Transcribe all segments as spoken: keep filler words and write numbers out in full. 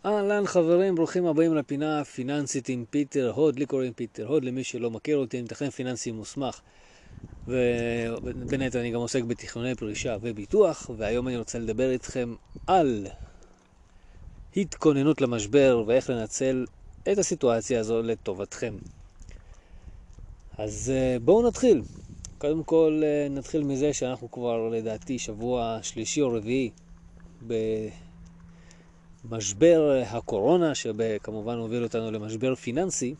אהלן חברים, ברוכים הבאים לפינה פיננסית עם פיטר הוד. לי קוראים פיטר הוד, למי שלא מכיר אותי, אני מתכנן פיננסי מוסמך, ובין היתר אני גם עוסק בתכנוני פרישה וביטוח. והיום אני רוצה לדבר איתכם על התכוננות למשבר ואיך לנצל את הסיטואציה הזו לטובתכם. אז בואו נתחיל. קודם כל נתחיל מזה שאנחנו כבר לדעתי שבוע שלישי או רביעי במשבר הקורונה, שכמובן הוביל אותנו למשבר פיננסי,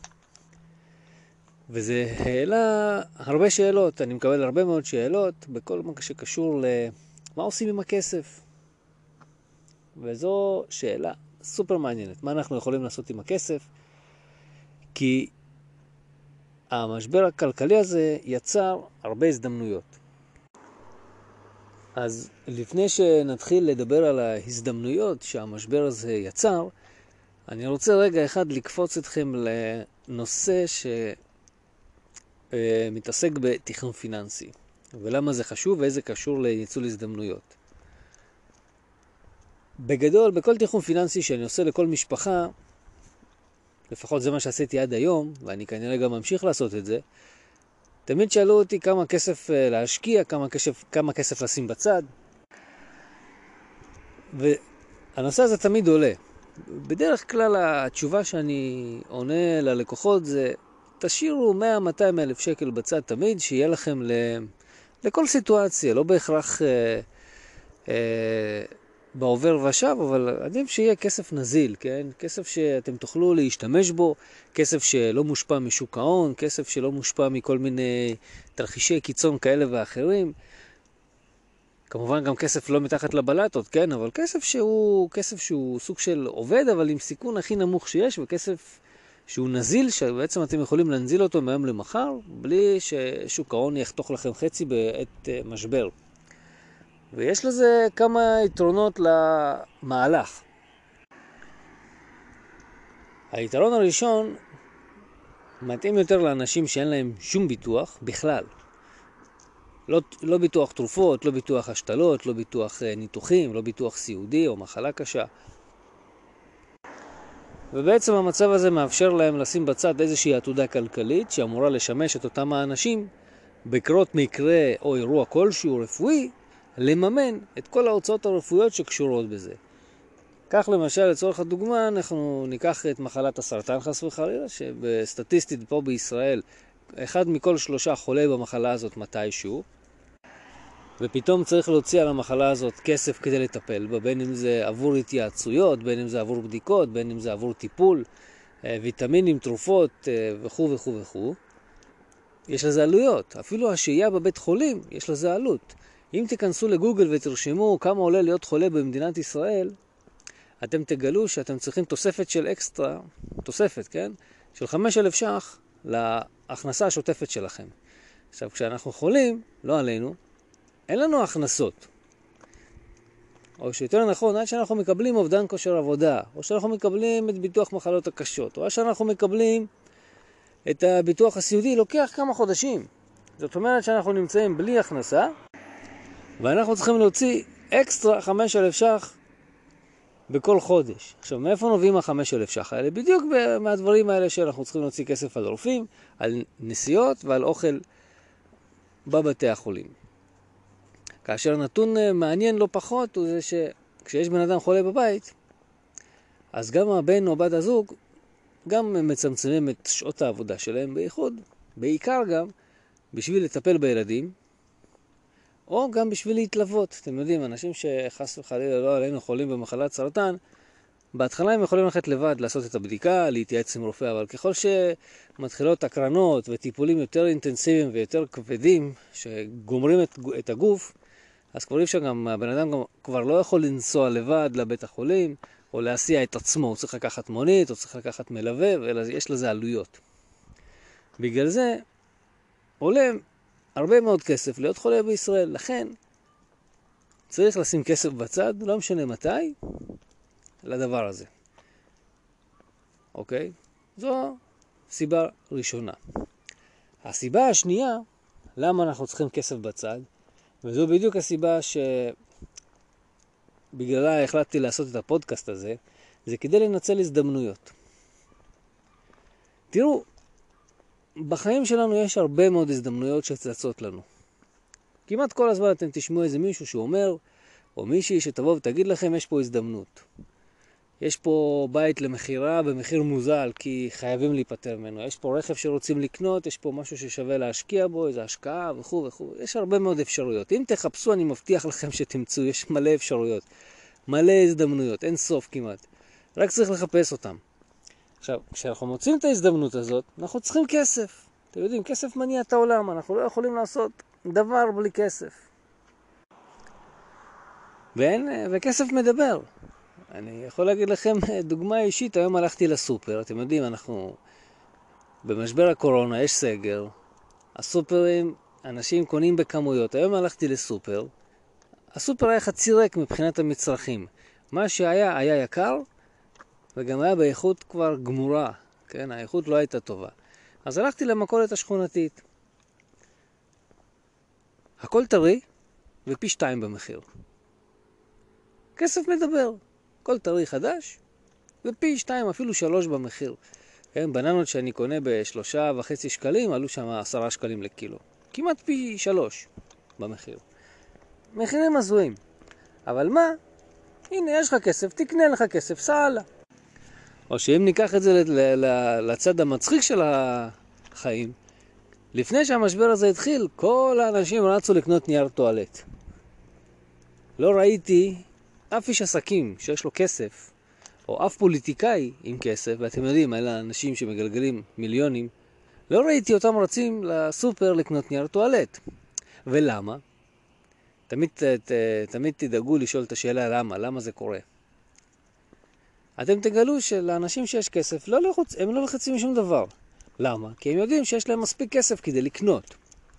וזה העלה הרבה שאלות. אני מקבל הרבה מאוד שאלות בכל מה שקשור למה עושים עם הכסף, וזו שאלה סופר מעניינת. מה אנחנו יכולים לעשות עם הכסף? כי המשבר הכלכלי הזה יצר הרבה הזדמנויות. אז לפני שנתחיל לדבר על ההזדמנויות שהמשבר הזה יצר, אני רוצה רגע אחד לקפוץ אתכם לנושא שמתעסק בתכנון פיננסי, ולמה זה חשוב ואיזה קשור לניצול הזדמנויות. בגדול, בכל תכנון פיננסי שאני עושה לכל משפחה, לפחות זה מה שעשיתי עד היום, ואני כנראה גם ממשיך לעשות את זה, תמיד שאלו אותי כמה כסף להשקיע, כמה כסף, כמה כסף לשים בצד. והנושא הזה תמיד עולה. בדרך כלל התשובה שאני עונה ללקוחות זה, תשאירו מאה מאתיים אלף שקל בצד תמיד, שיהיה לכם ל... לכל סיטואציה, לא בהכרח אה, אה, בעובר ושב, אבל עדיף שיהיה כסף נזיל, כן? כסף שאתם תוכלו להשתמש בו, כסף שלא מושפע משוק ההון, כסף שלא מושפע מכל מיני תרחישי קיצון כאלה ואחרים. כמובן גם כסף לא מתחת לבלטות, כן? אבל כסף שהוא, כסף שהוא סוג של עובד, אבל עם סיכון הכי נמוך שיש, וכסף שהוא נזיל, שבעצם אתם יכולים להנזיל אותו מהיום למחר, בלי ששוק ההון יחתוך לכם חצי בעת משבר. ויש לזה כמה יתרונות למהלך. היתרון הראשון מתאים יותר לאנשים שאין להם שום ביטוח בכלל. לא, לא ביטוח תרופות, לא ביטוח השתלות, לא ביטוח ניתוחים, לא ביטוח סיעודי או מחלה קשה. ובעצם המצב הזה מאפשר להם לשים בצד איזושהי עתודה כלכלית שאמורה לשמש את אותם האנשים בקרות מקרה או אירוע כלשהו רפואי, לממן את כל ההוצאות הרפואיות שקשורות בזה. כך למשל, לצורך הדוגמה, אנחנו ניקח את מחלת הסרטן חס וחלילה, שבסטטיסטית פה בישראל, אחד מכל שלושה חולה במחלה הזאת מתישהו, ופתאום צריך להוציא על המחלה הזאת כסף כדי לטפל בה, בין אם זה עבור התייעצויות, בין אם זה עבור בדיקות, בין אם זה עבור טיפול, ויטמינים, תרופות וכו' וכו' וכו'. יש לזה עלויות. אפילו השהייה בבית חולים יש לזה עלות. אם תיכנסו לגוגל ותרשמו כמה עולה להיות חולה במדינת ישראל, אתם תגלו שאתם צריכים תוספת של אקסטרה, תוספת, כן? של חמשת אלפים ש"ח להכנסה השוטפת שלכם. עכשיו, כשאנחנו חולים, לא עלינו, אין לנו הכנסות. או שיותר נכון, עד שאנחנו מקבלים אובדן כושר עבודה, או שאנחנו מקבלים את ביטוח מחלות הקשות, או שאנחנו מקבלים את הביטוח הסיעודי, לוקח כמה חודשים. זאת אומרת שאנחנו נמצאים בלי הכנסה, ואנחנו צריכים להוציא אקסטרה חמשת אלפים ש"ח בכל חודש. עכשיו, מאיפה נובעים ה-חמשת אלפים ש"ח האלה? בדיוק מהדברים האלה שאנחנו צריכים להוציא כסף על רופאים, על נסיעות ועל אוכל בבתי החולים. כאשר נתון מעניין לא פחות הוא זה שכשיש בן אדם חולה בבית, אז גם הבן או בת הזוג גם מצמצמים את שעות העבודה שלהם בייחוד, בעיקר גם בשביל לטפל בילדים, או גם בשביל להתלוות. אתם יודעים, אנשים שחס וחלילה לא עלינו חולים במחלת סרטן, בהתחלה הם יכולים ללכת לבד לעשות את הבדיקה, להתייעץ עם רופא, אבל ככל שמתחילות הקרנות וטיפולים יותר אינטנסיביים ויותר כבדים, שגומרים את, את הגוף, אז כבר אפשר גם, הבן אדם גם כבר לא יכול לנסוע לבד לבית החולים, או להסיע את עצמו, הוא צריך לקחת מונית, או צריך לקחת מלווה, ויש לזה עלויות. בגלל זה עולה הרבה מאוד כסף להיות חולה בישראל, לכן צריך לשים כסף בצד, לא משנה מתי, לדבר הזה. אוקיי? זו סיבה ראשונה. הסיבה השנייה, למה אנחנו צריכים כסף בצד, וזו בדיוק הסיבה שבגללה החלטתי לעשות את הפודקאסט הזה, זה כדי לנצל הזדמנויות. תראו, בחיים שלנו יש הרבה מאוד הזדמנויות שצצות לנו. כמעט כל הזמן אתם תשמעו איזה מישהו שאומר, או מישהי שתבוא ותגיד לכם, יש פה הזדמנות. יש פה בית למחירה במחיר מוזל, כי חייבים להיפטר ממנו. יש פה רכב שרוצים לקנות, יש פה משהו ששווה להשקיע בו, איזו השקעה וכו' וכו'. יש הרבה מאוד אפשרויות. אם תחפשו, אני מבטיח לכם שתמצאו, יש מלא אפשרויות. מלא הזדמנויות, אין סוף כמעט. רק צריך לחפש אותם. עכשיו, כשאנחנו מוצאים את ההזדמנות הזאת, אנחנו צריכים כסף. אתם יודעים, כסף מניע את העולם, אנחנו לא יכולים לעשות דבר בלי כסף. ואין, וכסף מדבר. אני יכול להגיד לכם דוגמה אישית, היום הלכתי לסופר, אתם יודעים, אנחנו במשבר הקורונה, יש סגר, הסופרים, אנשים קונים בכמויות, היום הלכתי לסופר, הסופר היה חצי ריק מבחינת המצרכים, מה שהיה היה יקר, וגם היה באיכות כבר גמורה, כן, האיכות לא הייתה טובה. אז הלכתי למכולת השכונתית, הכל טרי, ופי שתיים במחיר. כסף מדבר. כל טרי חדש, ופי שתיים, אפילו שלוש במחיר. כן, בננות שאני קונה בשלושה וחצי שקלים, עלו שם עשרה שקלים לקילו. כמעט פי שלוש במחיר. מחירים הזויים. אבל מה? הנה, יש לך כסף, תקנה לך כסף, סעלה. או שאם ניקח את זה לצד המצחיק של החיים, לפני שהמשבר הזה התחיל, כל האנשים רצו לקנות נייר טואלט. לא ראיתי אף איש עסקים שיש לו כסף, או אף פוליטיקאי עם כסף, ואתם יודעים, אלה אנשים שמגלגלים מיליונים, לא ראיתי אותם רצים לסופר לקנות נייר טואלט. ולמה? תמיד, ת, תמיד תדאגו לשאול את השאלה למה, למה זה קורה. אתם תגלו שלאנשים שיש כסף, לא לחוץ, הם לא לחצים משום דבר. למה? כי הם יודעים שיש להם מספיק כסף כדי לקנות.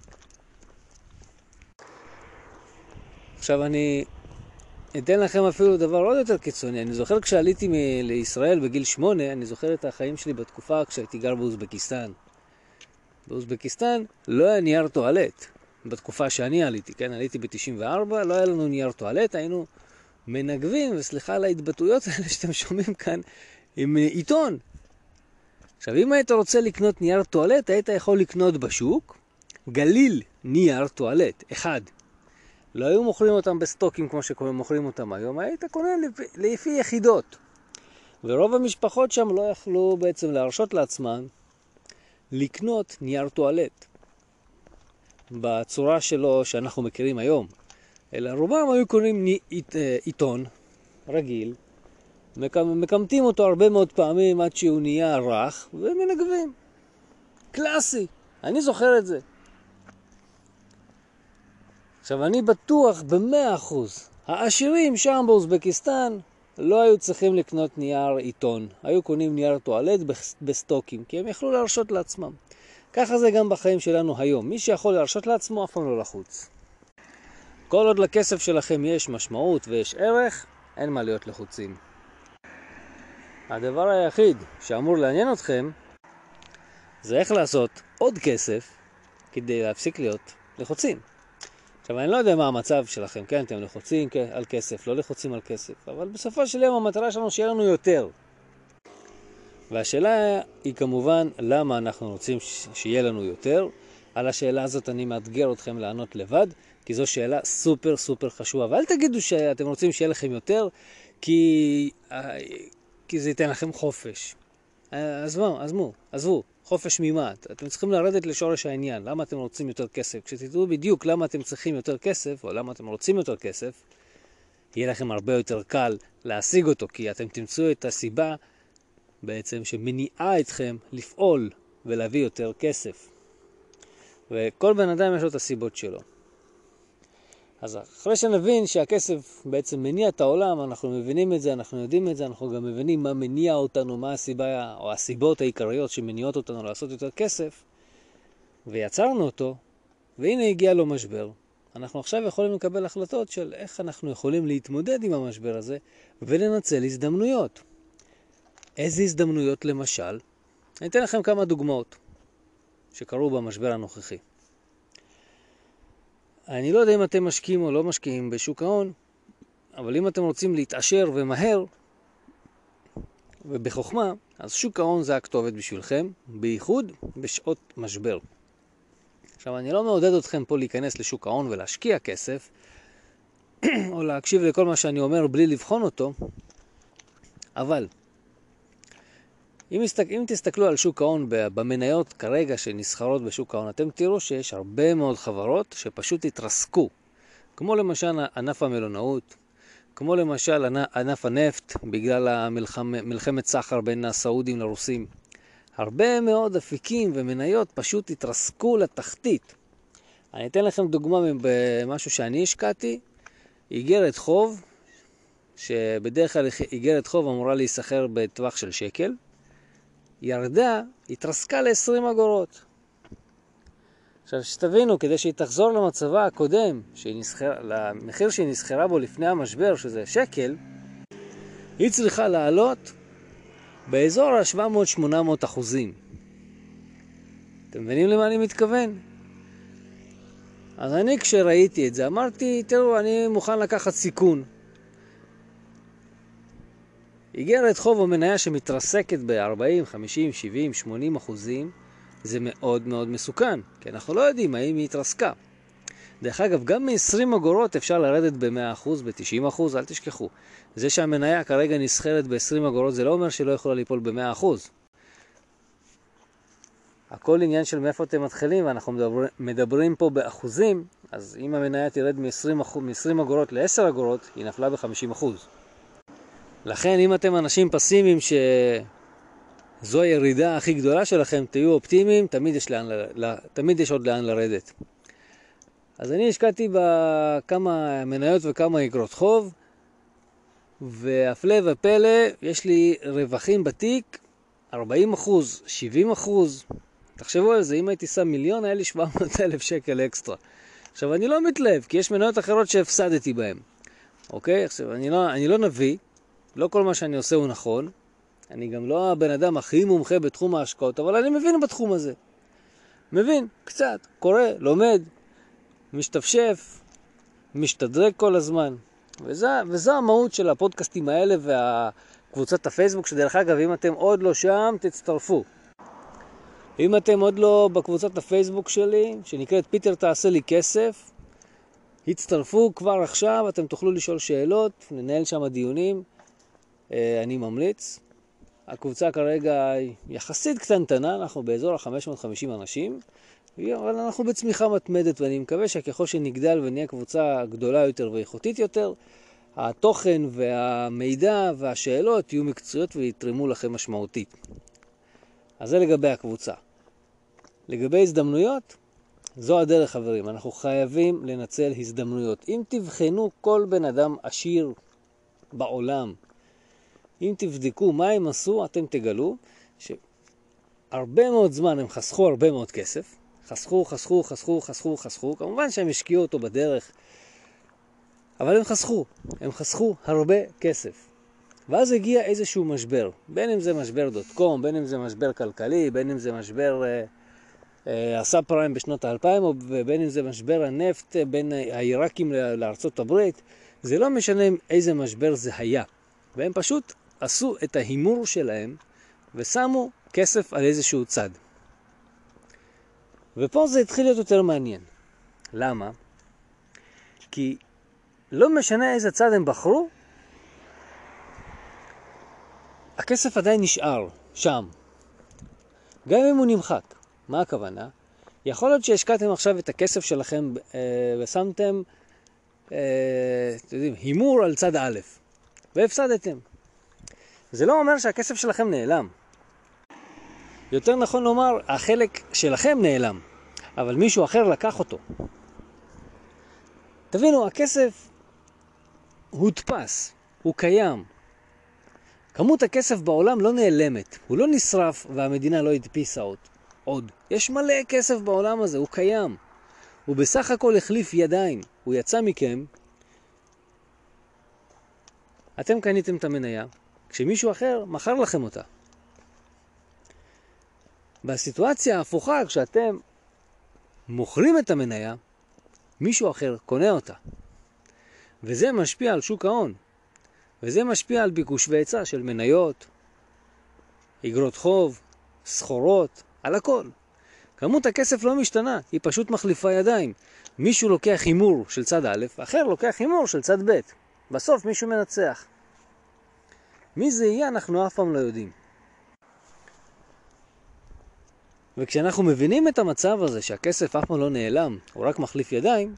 עכשיו אני אתן לכם אפילו דבר עוד יותר קיצוני. אני זוכר כשעליתי מ- לישראל בגיל שמונה, אני זוכר את החיים שלי בתקופה כשהייתי גר באוזבקיסטן. באוזבקיסטן לא היה נייר טואלט. בתקופה שאני עליתי, כן? עליתי ב-תשעים וארבע, לא היה לנו נייר טואלט, היינו מנגבים, וסליחה על ההתבטאויות האלה שאתם שומעים כאן, עם עיתון. עכשיו, אם היית רוצה לקנות נייר טואלט, היית יכול לקנות בשוק גליל נייר טואלט, אחד. לא היו מוכרים אותם בסטוקים כמו שמוכרים אותם היום, היית קונה לפי, לפי יחידות. ורוב המשפחות שם לא יכלו בעצם להרשות לעצמן לקנות נייר טואלט בצורה שלו שאנחנו מכירים היום. אלא רובם היו קונים עיתון רגיל, מקמטים אותו הרבה מאוד פעמים עד שהוא נהיה רך, ומנגבים. קלאסי, אני זוכר את זה. עכשיו אני בטוח במאה אחוז, העשירים שם באוזבקיסטן לא היו צריכים לקנות נייר עיתון, היו קונים נייר טואלט בסטוקים, כי הם יכלו להרשות לעצמם. ככה זה גם בחיים שלנו היום, מי שיכול להרשות לעצמו אף פעם לא לחוץ. כל עוד לכסף שלכם יש משמעות ויש ערך, אין מה להיות לחוצים. הדבר היחיד שאמור לעניין אתכם, זה איך לעשות עוד כסף כדי להפסיק להיות לחוצים. עכשיו, אני לא יודע מה המצב שלכם, כן, אתם לחוצים על כסף, לא לחוצים על כסף, אבל בסופו של יום המטרה שלנו שיהיה לנו יותר. והשאלה היא כמובן, למה אנחנו רוצים שיהיה לנו יותר? על השאלה הזאת אני מאתגר אתכם לענות לבד, כי זו שאלה סופר סופר חשובה. ואל תגידו שאתם רוצים שיהיה לכם יותר, כי, כי זה ייתן לכם חופש. עזבו, עזבו, עזבו. חופש ממה? אתם צריכים לרדת לשורש העניין. למה אתם רוצים יותר כסף? כשתדעו בדיוק למה אתם צריכים יותר כסף, או למה אתם רוצים יותר כסף, יהיה לכם הרבה יותר קל להשיג אותו, כי אתם תמצאו את הסיבה בעצם שמניעה אתכם לפעול ולהביא יותר כסף. וכל בן אדם יש לו את הסיבות שלו. אז אחרי שנבין שהכסף בעצם מניע את העולם, אנחנו מבינים את זה, אנחנו יודעים את זה, אנחנו גם מבינים מה מניע אותנו, מה הסיבה או הסיבות העיקריות שמניעות אותנו לעשות יותר כסף, ויצרנו אותו, והנה הגיע לו משבר. אנחנו עכשיו יכולים לקבל החלטות של איך אנחנו יכולים להתמודד עם המשבר הזה, ולנצל הזדמנויות. איזה הזדמנויות למשל? אני אתן לכם כמה דוגמאות שקרו במשבר הנוכחי. אני לא יודע אם אתם משקיעים או לא משקיעים בשוק ההון, אבל אם אתם רוצים להתעשר ומהר, ובחוכמה, אז שוק ההון זה הכתובת בשבילכם, בייחוד בשעות משבר. עכשיו, אני לא מעודד אתכם פה להיכנס לשוק ההון ולהשקיע כסף, או להקשיב לכל מה שאני אומר בלי לבחון אותו, אבל אם, הסתק... אם תסתכלו על שוק ההון במניות כרגע שנסחרות בשוק ההון, אתם תראו שיש הרבה מאוד חברות שפשוט התרסקו, כמו למשל ענף המלונאות, כמו למשל ענף הנפט, בגלל המלחמ... מלחמת סחר בין הסעודים לרוסים. הרבה מאוד אפיקים ומניות פשוט התרסקו לתחתית. אני אתן לכם דוגמה במשהו שאני השקעתי, איגרת חוב, שבדרך כלל איגרת חוב אמורה להיסחר בטווח של שקל, ירדה, התרסקה ל-עשרים אגורות. עכשיו, שתבינו, כדי שהיא תחזור למצבה הקודם, נסחר, למחיר שהיא נסחרה בו לפני המשבר, שזה שקל, היא צריכה לעלות באזור ה-שבע מאות שמונה מאות אחוזים. אתם מבינים למה אני מתכוון? אז אני כשראיתי את זה, אמרתי, תראו, אני מוכן לקחת סיכון. איגרת חוב או מניה שמתרסקת ב-ארבעים, חמישים, שבעים, שמונים אחוזים, זה מאוד מאוד מסוכן, כי אנחנו לא יודעים האם היא התרסקה. דרך אגב, גם מ-עשרים אגורות אפשר לרדת ב-מאה אחוז, ב-תשעים אחוז, אל תשכחו. זה שהמניה כרגע נסחרת ב-עשרים אגורות, זה לא אומר שלא יכולה ליפול ב-מאה אחוז. הכל עניין של מאיפה אתם מתחילים, ואנחנו מדבר, מדברים פה באחוזים, אז אם המניה תרד מ-עשרים אגורות ל-עשר אגורות, היא נפלה ב-חמישים אחוז. לכן, אם אתם אנשים פסימיים שזו הירידה הכי גדולה שלכם, תהיו אופטימיים, תמיד יש, לאן ל... תמיד יש עוד לאן לרדת. אז אני השקעתי בכמה מניות וכמה אגרות חוב, והפלא ופלא, יש לי רווחים בתיק, ארבעים אחוז, שבעים אחוז. תחשבו על זה, אם הייתי שם מיליון, היה לי שבע מאות אלף שקל אקסטרה. עכשיו, אני לא מתלהב, כי יש מניות אחרות שהפסדתי בהן. אוקיי? עכשיו, אני לא, אני לא נביא, לא כל מה שאני עושה הוא נכון. אני גם לא הבן אדם הכי מומחה בתחום ההשקעות, אבל אני מבין בתחום הזה. מבין, קצת, קורא, לומד, משתפשף, משתדרג כל הזמן. וזה, וזו המהות של הפודקאסטים האלה והקבוצת הפייסבוק, שדרך אגב, אם אתם עוד לא שם, תצטרפו. אם אתם עוד לא בקבוצת הפייסבוק שלי, שנקראת פיטר תעשה לי כסף, הצטרפו כבר עכשיו, אתם תוכלו לשאול שאלות, ננהל שם דיונים, אני ממליץ. הקבוצה כרגע יחסית קטנטנה, אנחנו באזור ה-חמש מאות וחמישים אנשים, אבל אנחנו בצמיחה מתמדת, ואני מקווה שככל שנגדל ונהיה קבוצה גדולה יותר ואיכותית יותר, התוכן והמידע והשאלות יהיו מקצועיות ויתרמו לכם משמעותית. אז זה לגבי הקבוצה. לגבי הזדמנויות, זו הדרך חברים, אנחנו חייבים לנצל הזדמנויות. אם תבחנו כל בן אדם עשיר בעולם, אם תבדקו מה הם עשו, אתם תגלו שהרבה מאוד זמן הם חסכו הרבה מאוד כסף, חסכו, חסכו, חסכו, חסכו, חסכו, כמובן שהם השקיעו אותו בדרך, אבל הם חסכו, הם חסכו הרבה כסף. ואז הגיע איזשהו משבר, בין אם זה משבר דוט קום, בין אם זה משבר כלכלי, בין אם זה משבר אה, אה, הסאב פריים בשנות האלפיים, ובין אם זה משבר הנפט בין העיראקים לארצות הברית, זה לא משנה איזה משבר זה היה. והם פשוט עשו את ההימור שלהם ושמו כסף על איזשהו צד. ופה זה התחיל להיות יותר מעניין. למה? כי לא משנה איזה צד הם בחרו, הכסף עדיין נשאר שם. גם אם הוא נמחק. מה הכוונה? יכול להיות שהשקעתם עכשיו את הכסף שלכם אה, ושמתם אה, אתם יודעים, הימור על צד א' והפסדתם. זה לא אומר שהכסף שלכם נעלם. יותר נכון לומר, החלק שלכם נעלם, אבל מישהו אחר לקח אותו. תבינו, הכסף הודפס, הוא קיים. כמות הכסף בעולם לא נעלמת, הוא לא נשרף והמדינה לא הדפיסה עוד. עוד. יש מלא כסף בעולם הזה, הוא קיים. הוא בסך הכל החליף ידיים, הוא יצא מכם. אתם קניתם את המניה, כשמישהו אחר מכר לכם אותה. בסיטואציה ההפוכה, כשאתם מוכרים את המניה, מישהו אחר קונה אותה. וזה משפיע על שוק ההון. וזה משפיע על ביקוש והיצע של מניות, אגרות חוב, סחורות, על הכל. כמות הכסף לא משתנה, היא פשוט מחליפה ידיים. מישהו לוקח הימור של צד א', אחר לוקח הימור של צד ב'. בסוף מישהו מנצח. מי זה יהיה אנחנו אף פעם לא יודעים. וכשאנחנו מבינים את המצב הזה שהכסף אף פעם לא נעלם, הוא רק מחליף ידיים,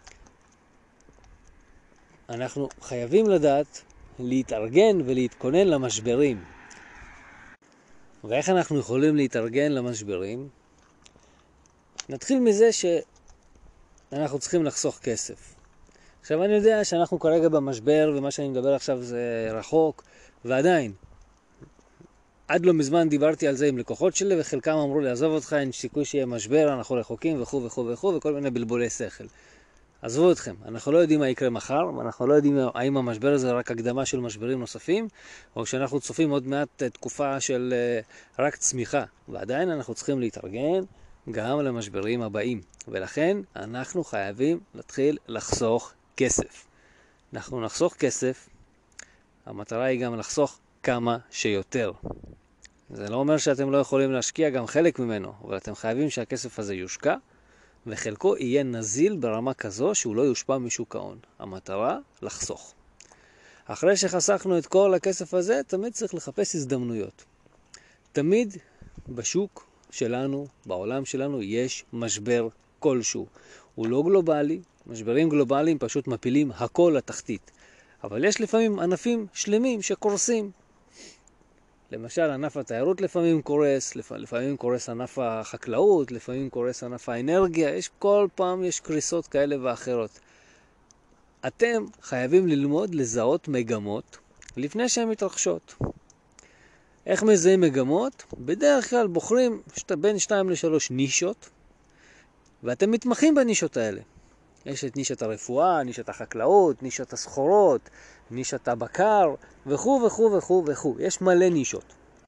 אנחנו חייבים לדעת להתארגן ולהתכונן למשברים. ואיך אנחנו יכולים להתארגן למשברים? נתחיל מזה שאנחנו צריכים לחסוך כסף. עכשיו אני יודע שאנחנו כרגע במשבר, ומה שאני מדבר עכשיו זה רחוק, ועדיין, עד לא מזמן דיברתי על זה עם לקוחות שלי, וחלקם אמרו לי, עזוב אותך, אין סיכוי שיהיה משבר, אנחנו רחוקים וכו' וכו' וכו', וכל מיני בלבולי שכל. עזבו אתכם, אנחנו לא יודעים מה יקרה מחר, ואנחנו לא יודעים האם המשבר הזה רק הקדמה של משברים נוספים, או שאנחנו צופים עוד מעט תקופה של רק צמיחה, ועדיין אנחנו צריכים להתארגן גם למשברים הבאים, ולכן אנחנו חייבים להתחיל לחסוך כסף. אנחנו נחסוך כסף, המטרה היא גם לחסוך כמה שיותר. זה לא אומר שאתם לא יכולים להשקיע גם חלק ממנו, אבל אתם חייבים שהכסף הזה יושקע, וחלקו יהיה נזיל ברמה כזו שהוא לא יושפע משוק ההון. המטרה, לחסוך. אחרי שחסכנו את כל הכסף הזה, תמיד צריך לחפש הזדמנויות. תמיד בשוק שלנו, בעולם שלנו, יש משבר כלשהו. הוא לא גלובלי, משברים גלובליים פשוט מפילים הכל לתחתית. אבל יש לפעמים ענפים שלמים שקורסים. למשל, ענף התיירות לפעמים קורס, לפעמים קורס ענף החקלאות, לפעמים קורס ענף האנרגיה, יש כל פעם יש קריסות כאלה ואחרות. אתם חייבים ללמוד לזהות מגמות לפני שהן מתרחשות. איך מזהים מגמות? בדרך כלל בוחרים בין שתיים לשלוש נישות, ואתם מתמחים בנישות האלה. יש את נישת הרפואה, נישת החקלאות, נישת הסחורות, נישת הבקר, וכו' וכו' וכו' וכו'. יש מלא נישות.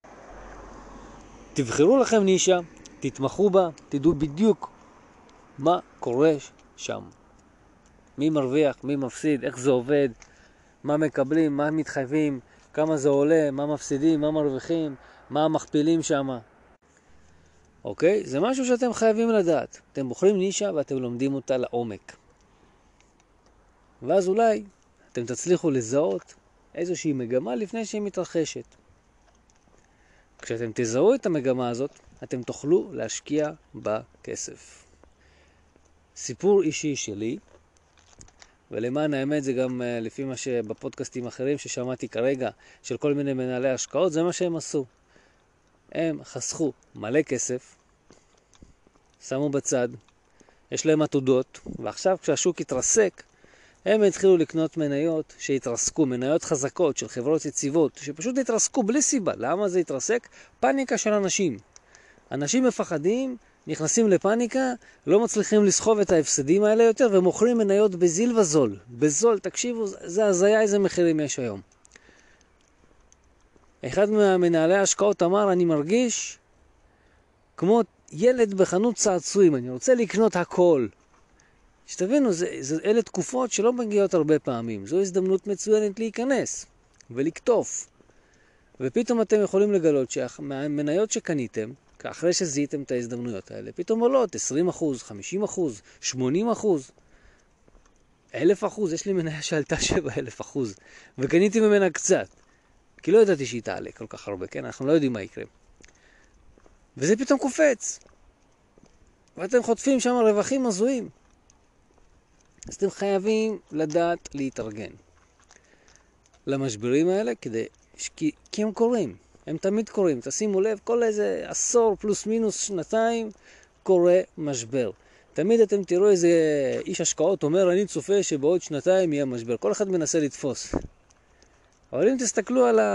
תבחרו לכם נישה, תתמחו בה, תדעו בדיוק מה קורה שם. מי מרוויח, מי מפסיד, איך זה עובד, מה מקבלים, מה מתחייבים, כמה זה עולה, מה מפסידים, מה מרוויחים, מה מכפילים שם. אוקיי? זה משהו שאתם חייבים לדעת. אתם בוחרים נישה ואתם לומדים אותה לעומק. ואז אולי אתם תצליחו לזהות איזושהי מגמה לפני שהיא מתרחשת. כשאתם תזהו את המגמה הזאת, אתם תוכלו להשקיע בכסף. סיפור אישי שלי, ולמען האמת זה גם לפי מה שבפודקאסטים אחרים ששמעתי כרגע, של כל מיני מנהלי השקעות, זה מה שהם עשו. הם חסכו מלא כסף, שמו בצד, יש להם עתודות, ועכשיו כשהשוק התרסק, הם התחילו לקנות מניות שהתרסקו, מניות חזקות של חברות יציבות, שפשוט התרסקו בלי סיבה. למה זה התרסק? פאניקה של אנשים. אנשים מפחדים, נכנסים לפאניקה, לא מצליחים לסחוב את ההפסדים האלה יותר, ומוכרים מניות בזיל וזול. בזול, תקשיבו, זה הזיה איזה מחירים יש היום. אחד מהמנהלי ההשקעות אמר, אני מרגיש כמו ילד בחנות צעצועים, אני רוצה לקנות הכל. שתבינו, זה, זה, אלה תקופות שלא מגיעות הרבה פעמים. זו הזדמנות מצוינת להיכנס ולקטוף. ופתאום אתם יכולים לגלות שהמניות שקניתם, אחרי שזיהיתם את ההזדמנויות האלה, פתאום עולות עשרים אחוז, חמישים אחוז, שמונים אחוז, אלף אחוז. יש לי מניה שעלתה שבע אלף אחוז, וקניתי ממנה קצת. כי לא ידעתי שהיא תעלה כל כך הרבה, כן? אנחנו לא יודעים מה יקרה. וזה פתאום קופץ. ואתם חוטפים שם רווחים מזויים. אז אתם חייבים לדעת להתארגן למשברים האלה, כדי, כי, כי הם קורים. הם תמיד קורים. תשימו לב, כל איזה עשור פלוס מינוס שנתיים קורה משבר. תמיד אתם תראו איזה איש השקעות אומר, אני צופה שבעוד שנתיים יהיה משבר. כל אחד מנסה לתפוס. אבל אם תסתכלו על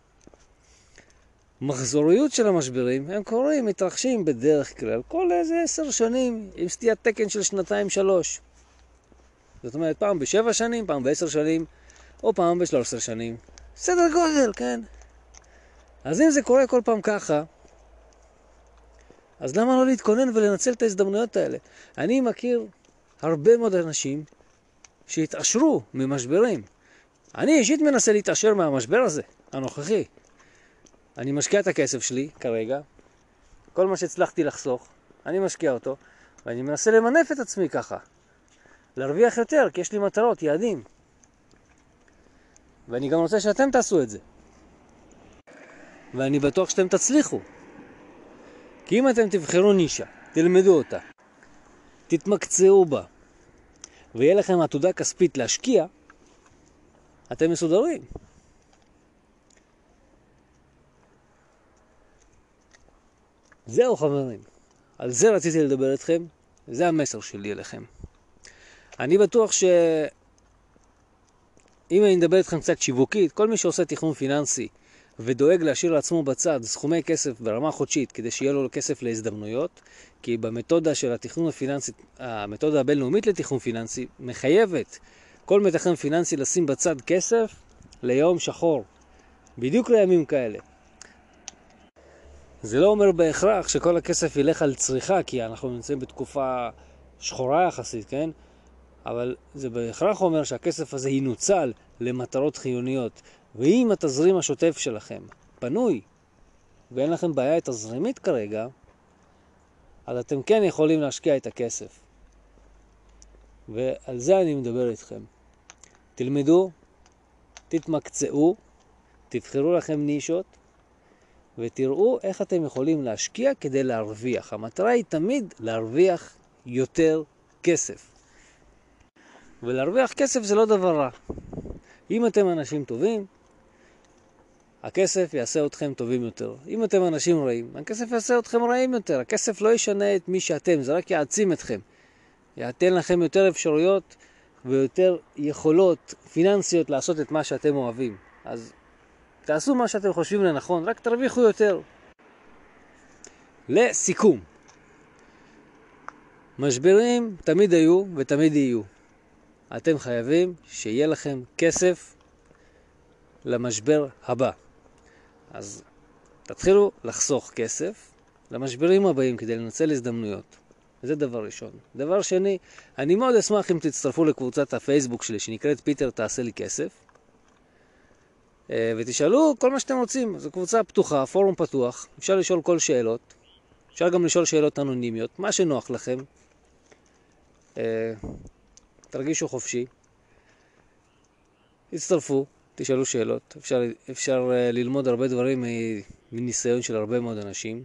המחזוריות של המשברים, הם קורים, מתרחשים בדרך כלל כל איזה עשר שנים, עם סטיית תקן של שנתיים שלוש. זאת אומרת, פעם בשבע שנים, פעם בעשר שנים, או פעם בשלוש עשרה שנים. סדר גודל, כן? אז אם זה קורה כל פעם ככה, אז למה לא להתכונן ולנצל את ההזדמנויות האלה? אני מכיר הרבה מאוד אנשים שהתעשרו ממשברים. אני אישית מנסה להתעשר מהמשבר הזה, הנוכחי. אני משקיע את הכסף שלי כרגע, כל מה שהצלחתי לחסוך, אני משקיע אותו, ואני מנסה למנף את עצמי ככה, להרוויח יותר, כי יש לי מטרות, יעדים. ואני גם רוצה שאתם תעשו את זה. ואני בטוח שאתם תצליחו. כי אם אתם תבחרו נישה, תלמדו אותה, תתמקצעו בה, ויהיה לכם עתודה כספית להשקיע, אתם מסודרים. זהו חברים, על זה רציתי לדבר איתכם, זה המסר שלי אליכם. אני בטוח שאם אני מדבר איתכם קצת שיווקית, כל מי שעושה תכנון פיננסי ודואג להשאיר לעצמו בצד סכומי כסף ברמה חודשית כדי שיהיה לו כסף להזדמנויות, כי במתודה של התכנון הפיננסי, המתודה הבינלאומית לתכנון פיננסי, מחייבת כל מתכנן פיננסי לשים בצד כסף ליום שחור, בדיוק לימים כאלה. זה לא אומר בהכרח שכל הכסף ילך על צריכה, כי אנחנו נמצאים בתקופה שחורה יחסית, כן? אבל זה בהכרח אומר שהכסף הזה ינוצל למטרות חיוניות. ואם התזרים השוטף שלכם פנוי, ואין לכם בעיה תזרימית כרגע, אז אתם כן יכולים להשקיע את הכסף. ועל זה אני מדבר איתכם. תלמדו, תתמקצעו, תבחרו לכם נישות, ותראו איך אתם יכולים להשקיע כדי להרוויח. המטרה היא תמיד להרוויח יותר כסף. ולהרוויח כסף זה לא דבר רע. אם אתם אנשים טובים, הכסף יעשה אתכם טובים יותר. אם אתם אנשים רעים, הכסף יעשה אתכם רעים יותר. הכסף לא ישנה את מי שאתם, זה רק יעצים אתכם. יעתן לכם יותר אפשרויות ויותר יכולות פיננסיות לעשות את מה שאתם אוהבים. אז תעשו מה שאתם חושבים לנכון, רק תרוויחו יותר. לסיכום, משברים תמיד היו ותמיד יהיו. אתם חייבים שיהיה לכם כסף למשבר הבא. אז תתחילו לחסוך כסף למשברים הבאים כדי לנצל הזדמנויות. זה דבר ראשון. דבר שני, אני מאוד אשמח אם תצטרפו לקבוצת הפייסבוק שלי שנקראת פיטר תעשה לי כסף. ותשאלו כל מה שאתם רוצים. זו קבוצה פתוחה, פורום פתוח. אפשר לשאול כל שאלות. אפשר גם לשאול שאלות אנונימיות. מה שנוח לכם. תרגישו חופשי. תצטרפו, תשאלו שאלות. אפשר, אפשר ללמוד הרבה דברים מניסיון של הרבה מאוד אנשים.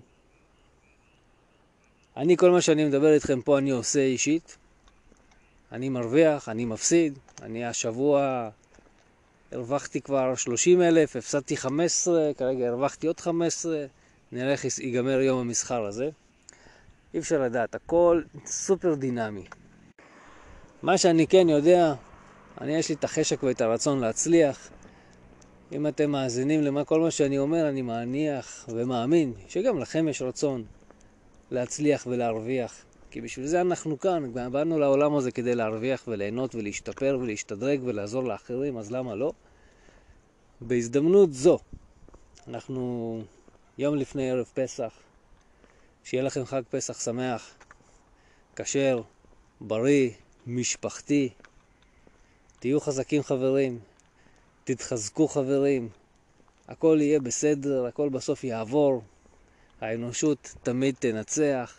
אני, כל מה שאני מדבר איתכם פה, אני עושה אישית. אני מרוויח, אני מפסיד. אני השבוע הרווחתי כבר שלושים אלף, הפסדתי חמש עשרה, כרגע הרווחתי עוד חמש עשרה. נראה איך ייגמר יום המסחר הזה. אי אפשר לדעת, הכל סופר דינמי. מה שאני כן יודע, אני יש לי את החשק ואת הרצון להצליח. אם אתם מאזינים למה כל מה שאני אומר, אני מניח ומאמין שגם לכם יש רצון להצליח ולהרוויח. כי בשביל זה אנחנו כאן, באנו לעולם הזה כדי להרוויח וליהנות ולהשתפר ולהשתדרג ולעזור לאחרים, אז למה לא? בהזדמנות זו, אנחנו יום לפני ערב פסח, שיהיה לכם חג פסח שמח, כשר, בריא, משפחתי. תהיו חזקים חברים, תתחזקו חברים, הכל יהיה בסדר, הכל בסוף יעבור, האנושות תמיד תנצח.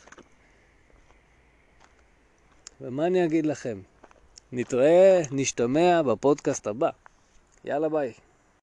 ומה אני אגיד לכם? נתראה, נשתמע בפודקאסט הבא. יאללה ביי.